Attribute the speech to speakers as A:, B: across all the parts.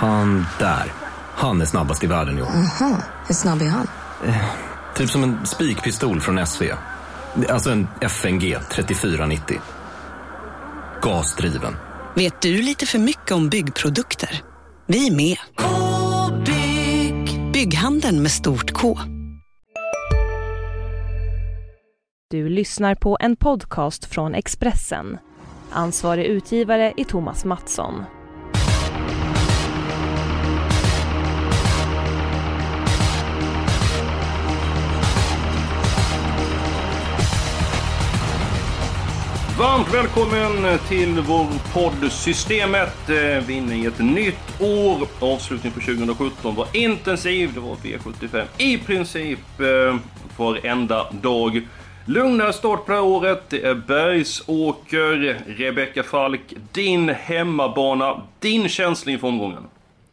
A: Han där. Han är snabbast i världen, jo.
B: Aha, hur snabb är han?
A: Typ som en spikpistol från SV. Alltså en FNG 3490. Gasdriven.
C: Vet du lite för mycket om byggprodukter? Vi är med. K-bygg. Bygghandeln med stort K.
D: Du lyssnar på en podcast från Expressen. Ansvarig utgivare är Thomas Mattsson.
E: Varmt välkommen till vår podd Systemet. Vi är inne i ett nytt år. Avslutningen på 2017 var intensiv. Det var V75 i princip varenda dag. Lugnare start på det här året. Det är Bergsåker. Rebecka Falk, din hemmabana. Din känsla inför omgången?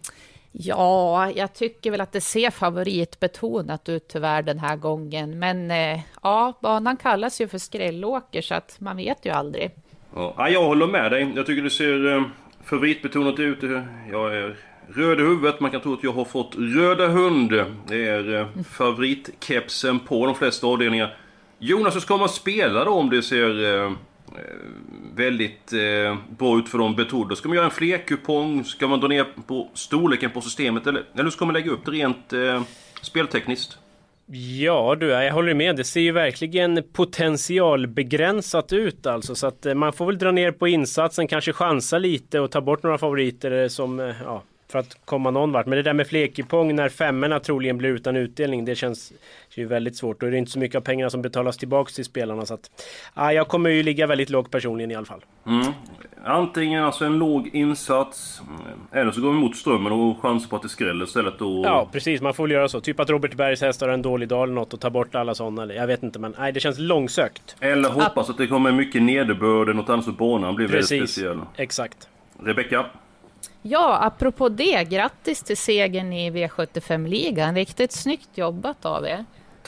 F: Ja, jag tycker väl att det ser favoritbetonat ut tyvärr den här gången. Men ja, banan kallas ju för Skrällåker så att man vet ju aldrig.
E: Ja, jag håller med dig. Jag tycker det ser favoritbetonat ut. Jag är röd i huvudet. Man kan tro att jag har fått röda hund. Det är favoritkepsen på de flesta avdelningar. Jonas, hur ska man spela då om det ser väldigt bra ut för de betrodda? Ska man göra en flerkupong? Ska man dra ner på storleken på systemet? Eller ska man lägga upp det rent speltekniskt?
G: Ja du, jag håller med. Det ser ju verkligen potentialbegränsat ut alltså. Så att man får väl dra ner på insatsen, kanske chansa lite och ta bort några favoriter som, ja, för att komma någon vart. Men det där med flerkupong när femmorna troligen blir utan utdelning, det känns ju väldigt svårt. Och det är inte så mycket av pengarna som betalas tillbaka till spelarna. Så att, jag kommer ju ligga väldigt lågt personligen i alla fall.
E: Antingen alltså en låg insats, eller så går vi mot strömmen och chans på att det skräller istället då.
G: Ja, precis. Man får väl göra så. Typ att Robert Bergs hästar har en dålig dag eller något och ta bort alla sådana. Eller, jag vet inte, men det känns långsökt.
E: Eller hoppas att det kommer mycket nederbörd, något annat så banan blir väldigt speciell.
G: Exakt.
E: Rebecka?
F: Ja, apropå det, grattis till segern i V75-ligan. Riktigt snyggt jobbat av er.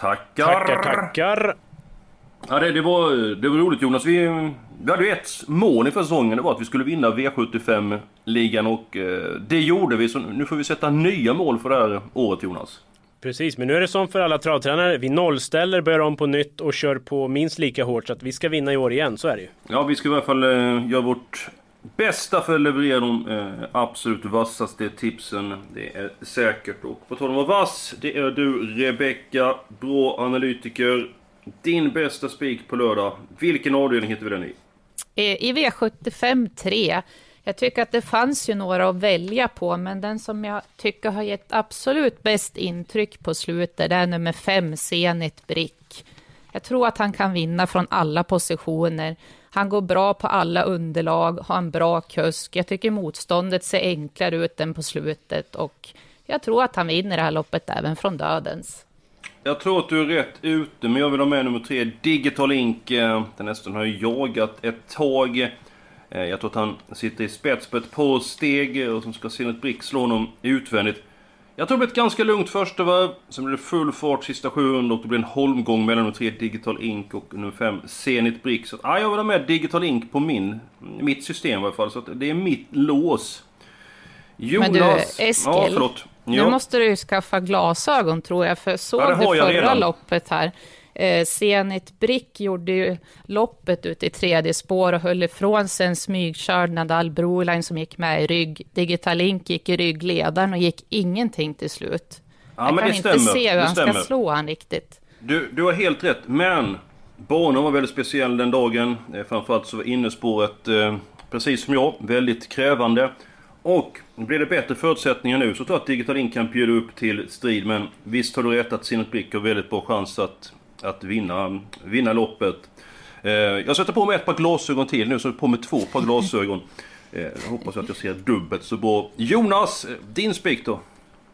E: Tackar. Ja, det var roligt, Jonas. Vi hade ju ett mål i säsongen. Det var att vi skulle vinna V75-ligan och det gjorde vi. Så nu får vi sätta nya mål för det här året, Jonas.
G: Precis, men nu är det som för alla travtränare. Vi nollställer, börjar om på nytt och kör på minst lika hårt. Så att vi ska vinna i år igen, så är det ju.
E: Ja, vi ska i alla fall göra vårt bästa för att leverera de absolut vassaste tipsen. Det är säkert. Och på tal om att vara vass, det är du, Rebecka, bra analytiker. Din bästa spik på lördag. Vilken avdelning heter vi den i?
F: I V75 3. Jag tycker att det fanns ju några att välja på, men den som jag tycker har gett absolut bäst intryck på slutet, det är nummer 5, Zenit Brick. Jag tror att han kan vinna från alla positioner. Han går bra på alla underlag, har en bra kusk. Jag tycker motståndet ser enklare ut än på slutet och jag tror att han vinner det här loppet även från dödens.
E: Jag tror att du är rätt ute, men jag vill ha med nummer 3, Digital Ink. Den nästan har jagat ett tag. Jag tror att han sitter i spets på ett par steg och som ska Zenit Brick slå honom utvändigt. Jag tror det blir ett ganska lugnt första varv. Sen blir det full fart sista 700 och det blir en holmgång mellan nummer 3 Digital Ink och nummer 5 Zenit Brick. Så jag vill ha med Digital Ink på mitt system i alla fall. Så att det är mitt lås. Jonas.
F: Men du, Eskil,
E: förlåt.
F: Nu måste du skaffa glasögon tror jag. För såg du förra loppet här. Zenit Brick gjorde ju loppet ut i tredje spår och höll ifrån sig en smygkörd Nadal Broline som gick med i rygg. Digital Ink gick i ryggledaren och gick ingenting till slut.
E: Ja,
F: jag
E: men
F: kan
E: det
F: inte
E: stämmer.
F: se hur han ska slå han riktigt.
E: Du har helt rätt, men banan var väldigt speciell den dagen. Framförallt så var innespåret precis som jag, väldigt krävande. Och blir det bättre förutsättningar nu så tror jag att Digital Ink kan bjuda upp till strid. Men visst har du rätt att Zenit Brick har väldigt bra chans att vinna loppet. Jag sätter på mig ett par glasögon till nu, så jag på med 2 par glasögon. Jag hoppas att jag ser dubbelt så bra. Jonas, din spik då?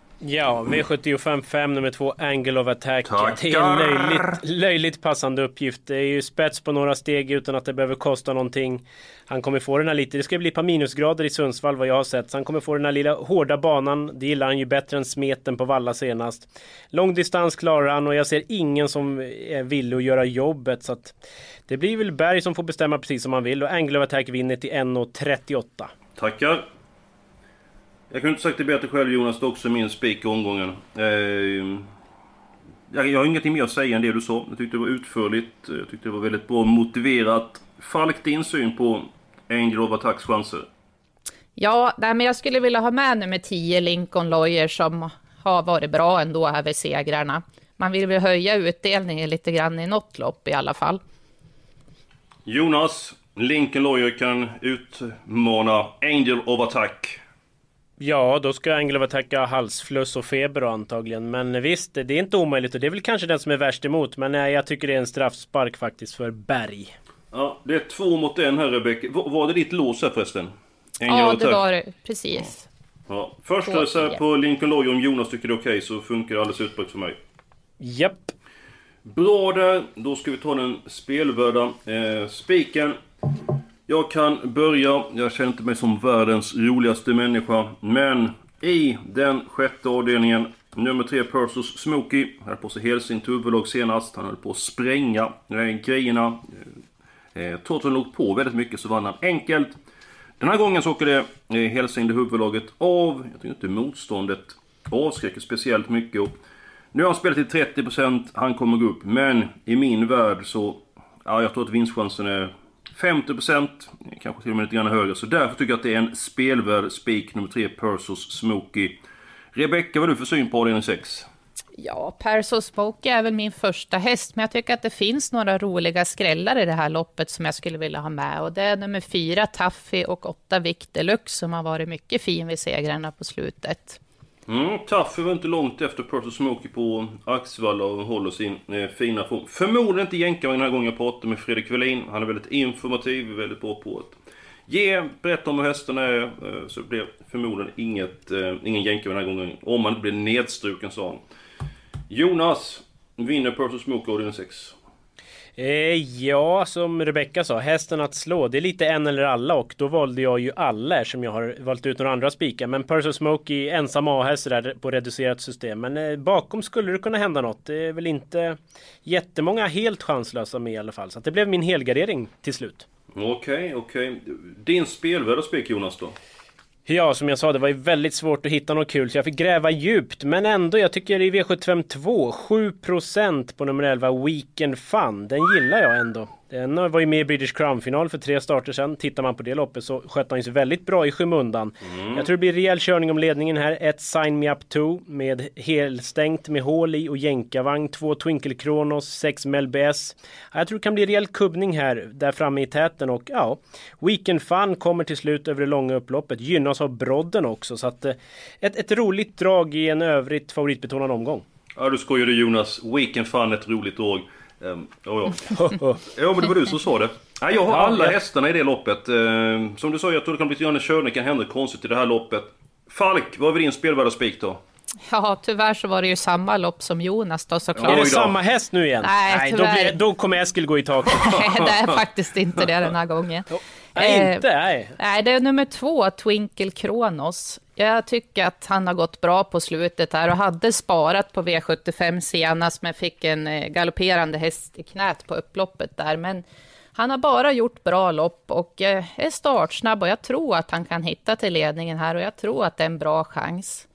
G: Ja, V75-5 nummer 2 Angle of Attack.
E: Tackar.
G: Det är en löjligt passande uppgift. Det är ju spets på några steg utan att det behöver kosta någonting. Han kommer få den här lite, det ska bli ett par minusgrader i Sundsvall vad jag har sett. Så han kommer få den här lilla hårda banan. Det gillar han ju bättre än smeten på Valla senast. Lång distans klarar han och jag ser ingen som är villig att göra jobbet. Så att det blir väl Berg som får bestämma precis som han vill. Och Angle of Attack vinner till 1,38.
E: Tackar. Jag kunde inte sagt det bättre själv, Jonas. Det är också min spik i omgången. Jag har ingenting mer att säga än det du sa. Jag tyckte det var utförligt. Jag tyckte det var väldigt bra motiverat. Falk, din syn på Angel of Attacks chanser?
F: Ja, men jag skulle vilja ha med nummer 10, Lincoln Lawyer, som har varit bra ändå här vid segrarna. Man vill väl höja utdelningen lite grann i något lopp i alla fall.
E: Jonas, Lincoln Lawyer kan utmana Angel of Attack.
G: Ja, då ska Angel of Attack ha halsfluss och feber antagligen. Men visst, det är inte omöjligt och det är väl kanske den som är värst emot. Men nej, jag tycker det är en straffspark faktiskt för Berg.
E: Ja, det är 2 mot 1 här, Rebecka. Var det ditt lås här förresten?
F: Ja, det var det. Precis.
E: Ja. Första så här på Lincoln Lawyer, om Jonas tycker det är okej, så funkar det alldeles utmärkt för mig.
G: Japp.
E: Bra där, då ska vi ta den spelvärda spiken. Jag kan börja, jag känner inte mig som världens roligaste människa, men i den 6:e avdelningen, nummer 3 Persos Smokey, han höll på sig helstängt huvudlag senast, han höll på att spränga grejerna. Trots att han låg på väldigt mycket så vann han enkelt. Den här gången så åker det helstängt huvudlaget av. Jag tycker inte motståndet avskräcker speciellt mycket. Och nu har han spelat till 30%, han kommer gå upp. Men i min värld så, ja, jag tror att vinstchansen är 50%, kanske till och med lite grann högre. Så därför tycker jag att det är en spelvärd spik nummer 3 Persos Smokey. Rebecka, vad är du för syn på avdelning 6?
F: Ja, Persos Smokey är väl min första häst, men jag tycker att det finns några roliga skrällar i det här loppet som jag skulle vilja ha med. Och det är nummer 4 Taffy och 8 Vic Deluxe som har varit mycket fin vid segrarna på slutet.
E: Taffy var inte långt efter Persos Smokey på Axvalla och håller sin fina form. Förmodligen inte jänka den här gången jag pratar med Fredrik Wallin. Han är väldigt informativ, väldigt bra på att berätta om hur hästarna är. Så det blir förmodligen ingen jänka den här gången. Om man inte blir nedstruken, sa han. Jonas, vinner Persos Smokey avdelning 6?
G: Ja, som Rebecka sa, hästen att slå, det är lite en eller alla, och då valde jag ju alla som jag har valt ut några andra spikar. Men Persos Smokey ensam A-häst där på reducerat system. Men bakom skulle det kunna hända något. Det är väl inte jättemånga helt chanslösa med i alla fall. Så att det blev min helgardering till slut.
E: Okej. Din spelvärda spik, Jonas, då?
G: Ja, som jag sa, det var ju väldigt svårt att hitta något kul så jag fick gräva djupt. Men ändå, jag tycker i V752 7% på nummer 11 Weekend Fun. Den gillar jag ändå. Den var ju med i British Crown-final för 3 starter sedan. Tittar man på det loppet så skötte han sig väldigt bra i skymundan. Jag tror det blir rejäl körning om ledningen här. 1 Sign Me Up 2 med helstängt med hål i och jänkarvagn. 2 Twinkle Kronos, 6 Melbs. Jag tror det kan bli rejäl kubbning här där framme i täten. Och ja, Weekend Fun kommer till slut över det långa upploppet. Gynnas av brodden också. Så att ett roligt drag i en övrigt favoritbetonad omgång.
E: Ja, du skojar du, Jonas. Weekend Fun, ett roligt drag. Ja, men det var du som sa det. Ja, jag har alla hästarna i det loppet. Som du sa, jag tror det kan bli en körning, kan hända konstigt i det här loppet. Falk, vad var din spelvärda spik då?
F: Ja, tyvärr så var det ju samma lopp som Jonas då, såklart.
G: Är det samma häst nu igen?
F: Nej,
G: då kommer Eskil gå i taket.
F: Nej, det är faktiskt inte det den här gången.
G: Nej,
F: det är nummer 2, Twinkle Kronos. Jag tycker att han har gått bra på slutet här och hade sparat på V75 senast, men fick en galopperande häst i knät på upploppet där. Men han har bara gjort bra lopp och är startsnabb och jag tror att han kan hitta till ledningen här och jag tror att det är en bra chans.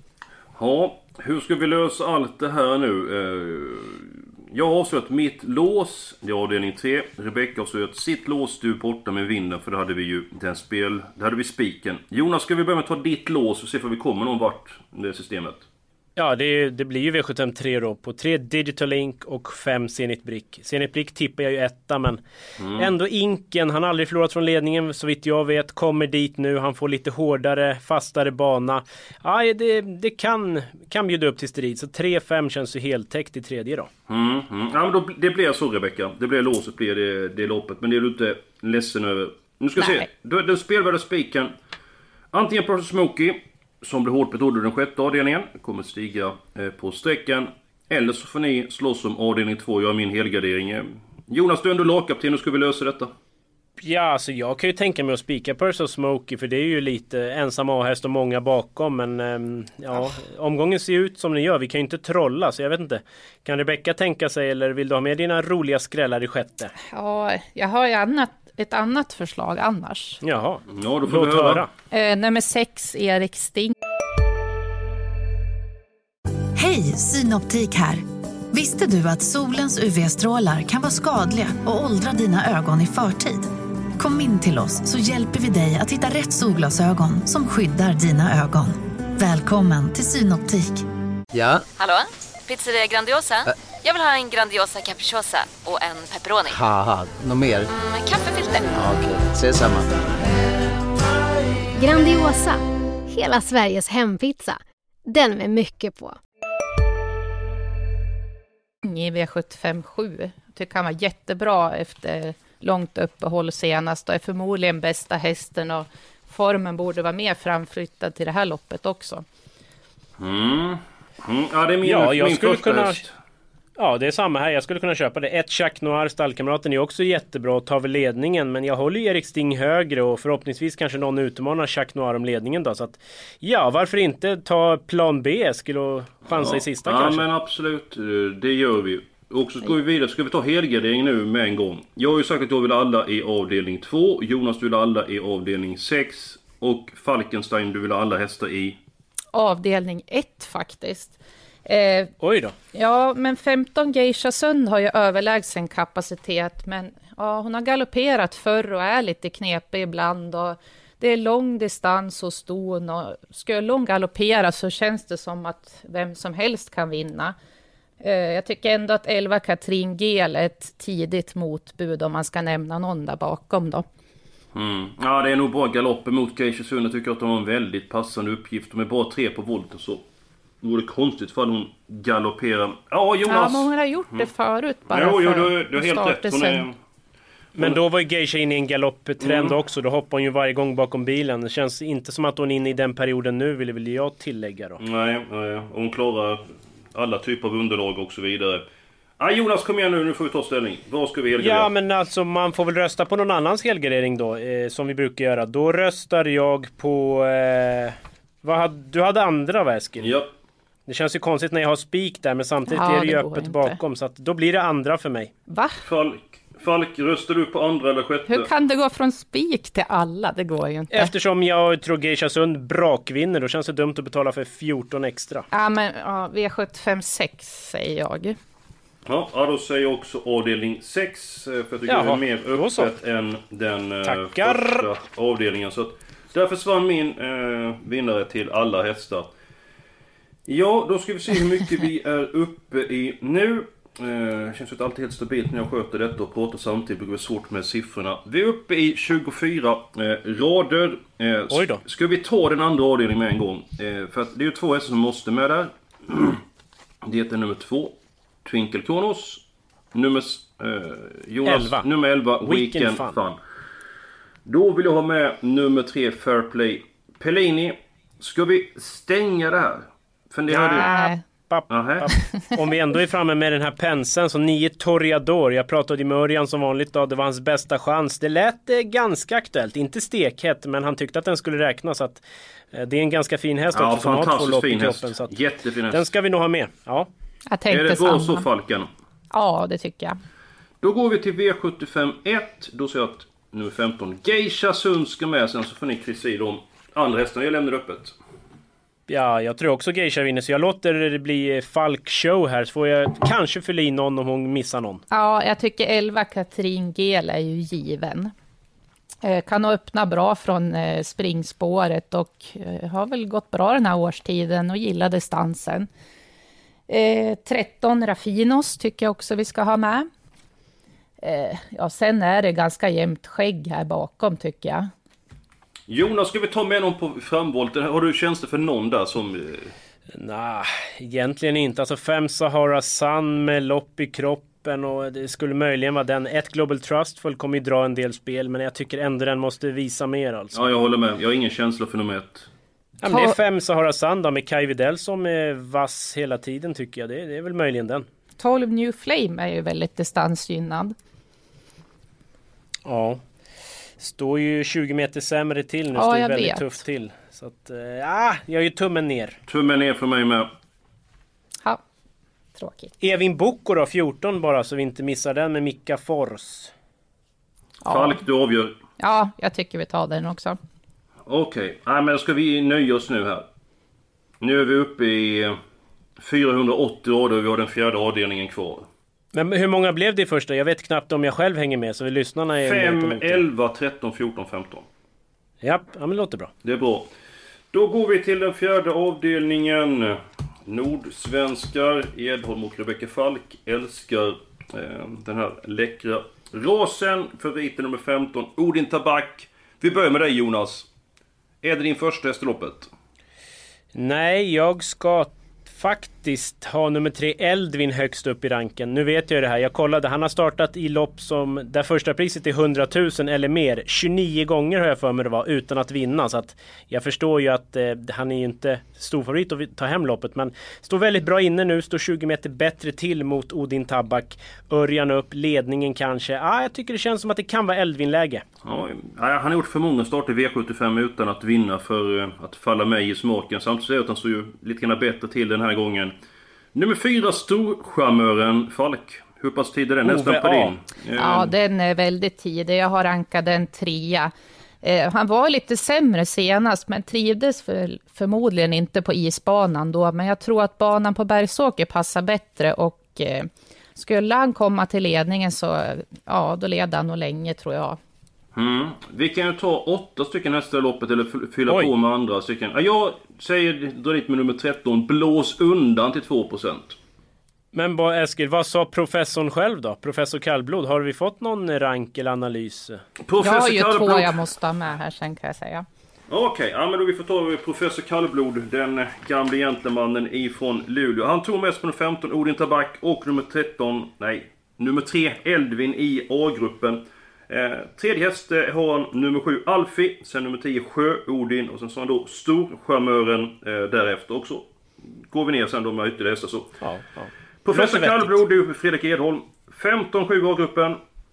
E: Ja, hur ska vi lösa allt det här nu? Jag har avslöjat mitt lås, det är avdelning 3. Rebecka har avslöjat sitt lås, du borta med vinden, för då hade vi ju där hade vi spiken. Jonas, ska vi börja med att ta ditt lås och se om vi kommer någon vart med det systemet?
G: Ja, det blir ju V73 då på 3 Digital Ink och 5 Zenit Brick. Zenit Brick tippar jag ju etta, men ändå Inken, han har aldrig förlorat från ledningen så vitt jag vet, kommer dit nu, han får lite hårdare, fastare bana. Ja, det kan bjuda upp till strid, så 3-5 känns ju helt täckt i tredje då.
E: Ja, men då, det blir så, Rebecka. Det blir låset, blir det loppet, men det är du inte ledsen över. Nu ska se, den spelvärda spiken. Antingen Persos Smokey, som blir hårt betrodd i den 6:e avdelningen, kommer stiga på sträckan. Eller så får ni slåss om avdelning 2, jag har min helgardering. Jonas, du är ändå lagkapten, hur ska vi lösa detta?
G: Ja, alltså jag kan ju tänka mig att spika Persos Smokey, för det är ju lite ensam A-häst och många bakom, men omgången ser ut som den gör, vi kan ju inte trolla, så jag vet inte. Kan Rebecka tänka sig, eller vill du ha med dina roliga skrällar i 6:e?
F: Ja, jag har ju ett annat förslag annars.
G: Jaha,
E: Ja, då får vi höra.
F: Nummer 6, Erik Sting.
B: Hej, Synoptik här. Visste du att solens UV-strålar kan vara skadliga och åldra dina ögon i förtid? Kom in till oss så hjälper vi dig att hitta rätt solglasögon som skyddar dina ögon. Välkommen till Synoptik.
H: Ja?
I: Hallå? Pizzeria Grandiosa? Jag vill ha en Grandiosa capriciosa och en pepperoni.
H: Haha, något mer?
I: Kaffefilter.
H: Ja, okej, ses samma.
J: Grandiosa, hela Sveriges hempizza. Den med mycket på.
F: I V75-7. Jag tycker han var jättebra efter långt uppehåll senast och är förmodligen bästa hästen och formen borde vara mer framflyttad till det här loppet också.
E: Ja, det är min
G: jag skulle
E: första
G: kunna...
E: häst.
G: Ja, det är samma här. Jag skulle kunna köpa det. Ett Jacques Noir, stallkamraten, är också jättebra och tar väl ledningen. Men jag håller ju Erik Sting högre och förhoppningsvis kanske någon utmanar Jacques Noir om ledningen då. Så att, ja, varför inte ta plan B, skulle och chansa i sista kanske?
E: Ja, men absolut. Det gör vi. Och så går vi vidare. Ska vi ta helgardering nu med en gång? Jag har ju sagt att jag vill alla i avdelning 2. Jonas, du vill alla i avdelning 6. Och Falkenstein, du vill alla hästar i...
F: Avdelning 1 faktiskt.
G: Oj då.
F: Ja, men 15 Geisha Sund har ju överlägsen kapacitet. Men ja, hon har galopperat förr och är lite knepig ibland. Och det är lång distans hos ston. Och skulle hon galoppera så känns det som att vem som helst kan vinna. Jag tycker ändå att 11 Katrin Gel är ett tidigt motbud om man ska nämna någon där bakom då.
E: Ja, det är nog bra galopp mot Geisha Sund. Jag tycker att de har en väldigt passande uppgift. De är bara 3 på volten så... Det vore konstigt för hon galopperar. Ja, Jonas.
F: Ja, men hon har gjort det förut bara.
E: Jo, du har helt rätt. Hon är...
G: Men då var ju Geisha inne i en galopptrend också. Då hoppar hon ju varje gång bakom bilen. Det känns inte som att hon är inne i den perioden nu, vill väl jag tillägga då.
E: Nej, hon klarar alla typer av underlag och så vidare. Jonas, kom igen nu får vi ta ställning. Vad ska vi helgardera?
G: Ja, men alltså man får väl rösta på någon annans helgardering då, som vi brukar göra. Då röstar jag på... du hade andra, va, Eskil?
E: Ja.
G: Det känns ju konstigt när jag har spik där, men samtidigt är det ju öppet inte bakom. Så att då blir det andra för mig.
F: Va?
E: Falk, röstar du på andra eller sjätte?
F: Hur kan det gå från spik till alla? Det går ju inte.
G: Eftersom jag tror Geisha Sund brakvinner, då känns det dumt att betala för 14 extra.
F: Ja, men V75-6 säger jag.
E: Ja, då säger jag också avdelning 6. För jag tycker det är mer öppet än den första avdelningen. Så att där försvann min vinnare till alla hästar. Ja, då ska vi se hur mycket vi är uppe i nu. Känns inte alltid helt stabilt när jag sköter detta och pratar samtidigt. Det blir svårt med siffrorna. Vi är uppe i 24 rader.
G: Oj då.
E: Ska vi ta den andra avdelningen med en gång? För att det är ju 2 hästar som måste med där. Det är nummer 2, Twinkle Kronos. Nummer 11, Weekend Fun. Då vill jag ha med nummer 3, Fair Play Pellini. Ska vi stänga det här?
F: Nej.
G: Om vi ändå är framme med den här penseln, så 9 Toreador. Jag pratade med Örjan som vanligt då, det var hans bästa chans. Det lät ganska aktuellt, inte stekhett, men han tyckte att den skulle räknas. Att det är en ganska fin häst också, som har 2 lopp i kroppen. Så att
E: jättefin häst.
G: Den ska vi nog ha med. Ja.
F: Jag tänkte
E: är det bra så, Falken?
F: Ja, det tycker jag.
E: Då går vi till V75-1. Då ser jag att nummer 15 Geisha Sund ska med. Sen så får ni kryssa i de andra hästarna. Jag lämnar öppet.
G: Ja, jag tror också Geisha vinner, så jag låter det bli Falk show här, så får jag kanske fylla i någon om hon missar någon.
F: Ja, jag tycker 11 Katrin Gel är ju given. Kan nog öppna bra från springspåret och har väl gått bra den här årstiden och gillar distansen. 13 Raffinos tycker jag också vi ska ha med. Ja, sen är det ganska jämnt skägg här bakom tycker jag.
E: Jonas, ska vi ta med någon på framvolten? Har du tjänster för någon där som...
G: Nej, egentligen inte. Alltså 5 Sahara Sun med lopp i kroppen, och det skulle möjligen vara den. 1 Global Trustful kommer ju dra en del spel, men jag tycker ändå den måste visa mer alltså.
E: Ja, jag håller med. Jag har ingen känsla för nummer 1.
G: Ja, men det är 5 Sahara Sun då, med Kai Videll som är vass hela tiden tycker jag. Det är väl möjligen den.
F: 12 New Flame är ju väldigt distansgynnad.
G: Ja. Står ju 20 meter sämre till nu,
F: ja,
G: står ju väldigt tufft till. Så att, jag är ju tummen ner.
E: Tummen ner för mig med.
F: Ja, tråkigt.
G: Evin Boko då, 14 bara, så vi inte missar den med Mika Fors.
E: Falk, du avgör.
F: Ja, jag tycker vi tar den också.
E: Okej, men ska vi nöja oss nu här? Nu är vi uppe i 480 rader och vi har den fjärde avdelningen kvar.
G: Men hur många blev det i första? Jag vet knappt om jag själv hänger med, så vi lyssnarna är
E: 5, 11, 13, 14, 15.
G: Ja, men det låter bra.
E: Det är bra. Då går vi till den fjärde avdelningen. Nordsvenskar, Edholm och Rebecca Falk älskar den här läckra rasen. Favoriten nummer 15, Odin Tabak. Vi börjar med dig, Jonas. Är det din första häst i loppet?
G: Nej, jag ska faktiskt ha nummer 3 Eldvin högst upp i ranken. Nu vet jag det här. Jag kollade, han har startat i lopp som där första priset är 100 000 eller mer. 29 gånger har jag för mig det var, utan att vinna. Så att jag förstår ju att han är ju inte stor favorit att ta hem loppet. Men står väldigt bra inne nu. Står 20 meter bättre till mot Odin Tabak. Örjan upp, ledningen kanske. Jag tycker det känns som att det kan vara Eldvin-läge.
E: Ja, han har gjort för många starter i V75 utan att vinna för att falla mig i smaken. Samtidigt är att han står ju lite grann bättre till den här gången. Nummer 4, Storcharmören Falk. Hur pass tid är den? Nästan på din.
F: Ja, den är väldigt tidig. Jag har rankat den 3. Han var lite sämre senast, men trivdes förmodligen inte på isbanan då. Men jag tror att banan på Bergsåker passar bättre, och skulle han komma till ledningen så då leder han nog länge, tror jag.
E: Vi kan ju ta 8 stycken nästa loppet eller fylla på med andra stycken. Jag säger dra dit med nummer 13, Blås undan till 2%.
G: Men Eskil, vad sa professorn själv då? Professor Kallblod, har vi fått någon rank eller analys?
F: Jag har ju 2 jag måste ha med här sen, kan jag säga.
E: Okej, men då vi får ta professor Kallblod, den gamla gentlemannen ifrån Luleå. Han tog mest på nummer 15, Odin Tabak, och nummer 3, Eldvin i A-gruppen. Tredje häst har han nummer 7 Alfie, sen nummer 10 Sjö-Odin, och sen så har han då Storcharmören därefter också. Går vi ner sen då med ytterligare hästar så. Professor Kallblod är uppe Fredrik Edholm. 15-7 A-gruppen.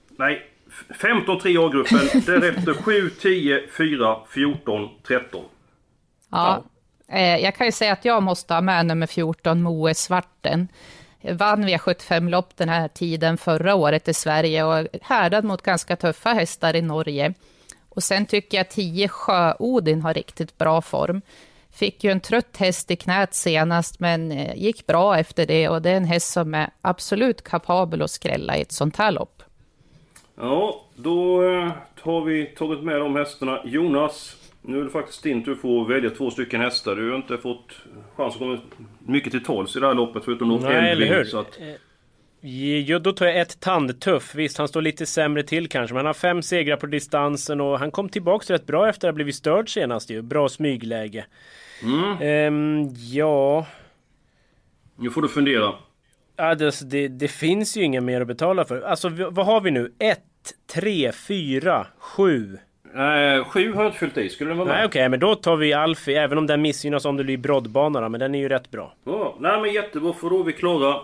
E: 15-3 A-gruppen. Därefter 7, 10, 4, 14, 13.
F: Jag kan ju säga att jag måste ha med nummer 14 Moe Svarten. Vann via 75-lopp den här tiden förra året i Sverige och härdad mot ganska tuffa hästar i Norge. Och sen tycker jag 10 Sjö-Odin har riktigt bra form. Fick ju en trött häst i knät senast, men gick bra efter det, och det är en häst som är absolut kapabel att skrälla i ett sånt här lopp.
E: Ja, då har vi tagit med de hästarna. Jonas, nu är det faktiskt din tur för att välja 2 stycken hästar. Du har inte fått chans att komma mycket till tals i det här loppet förutom något Elvin. Så att...
G: Jo, då tar jag ett Tandtuff. Visst, han står lite sämre till kanske, men han har 5 segrar på distansen och han kom tillbaka rätt bra efter att ha blivit störd senast ju. Bra smygläge. Ja...
E: Nu får du fundera.
G: Det finns ju inga mer att betala för. Alltså, vad har vi nu? 1, 3, 4, 7...
E: 7 har jag inte fyllt i, skulle det vara med?
G: Nej, okej, men då tar vi Alfie, även om den missgynnas om det blir broddbana, men den är ju rätt bra.
E: Men jättebra, för då är vi klara.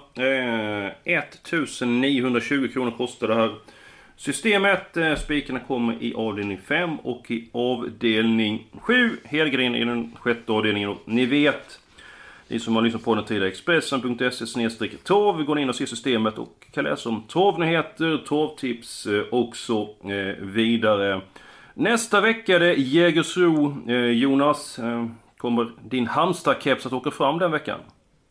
E: 1920 kronor kostar det här systemet. Spikarna kommer i avdelning 5 och i avdelning 7. Helgren i den 6:e avdelningen. Och ni vet, ni som har lyssnat på den tidigare, Expressen.se/trav. Vi går in och ser systemet och kan läsa om travnyheter, travtips och så vidare. Nästa vecka är det Jägersro. Jonas, kommer din Halmstad-keps att åka fram den veckan?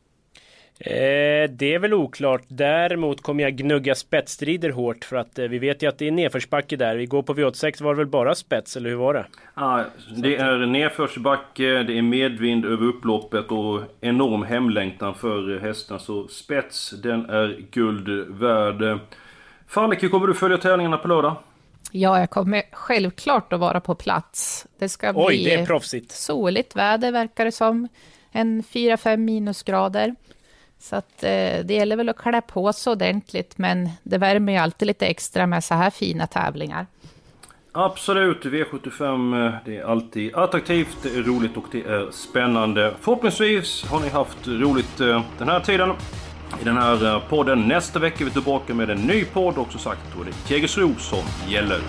G: Det är väl oklart. Däremot kommer jag gnugga spetsstrider hårt, för att vi vet ju att det är nedförsbacke där. Vi går på V86, var det väl bara spets, eller hur var det?
E: Det är nedförsbacke, det är medvind över upploppet och enorm hemlängtan för hästarna. Så spets, den är guld värd. Falk, kommer du följa tävlingarna på lördag?
F: Ja, jag kommer självklart att vara på plats. Det ska bli
G: det är proffsigt.
F: Soligt väder, verkar det som. 4-5 minusgrader. Så att det gäller väl att klä på så ordentligt, men det värmer ju alltid lite extra med så här fina tävlingar.
E: Absolut, V75 det är alltid attraktivt, det är roligt och det är spännande. Förhoppningsvis har ni haft roligt den här tiden. I den här podden nästa vecka är vi tillbaka med en ny podd, och så sagt då är det Jägersro som gäller.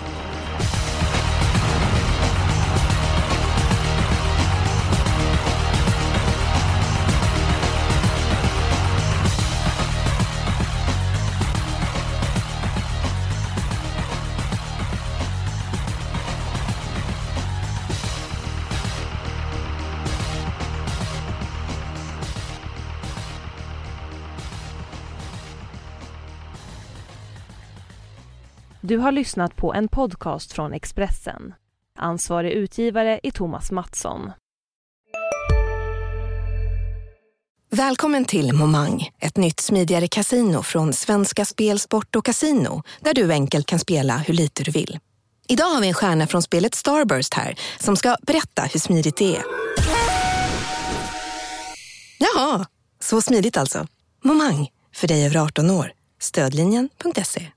D: Du har lyssnat på en podcast från Expressen. Ansvarig utgivare är Thomas Mattsson.
K: Välkommen till Momang, ett nytt smidigare casino från Svenska Spel, Sport och Casino, där du enkelt kan spela hur lite du vill. Idag har vi en stjärna från spelet Starburst här som ska berätta hur smidigt det är. Jaha, så smidigt alltså. Momang, för dig över 18 år. Stödlinjen.se.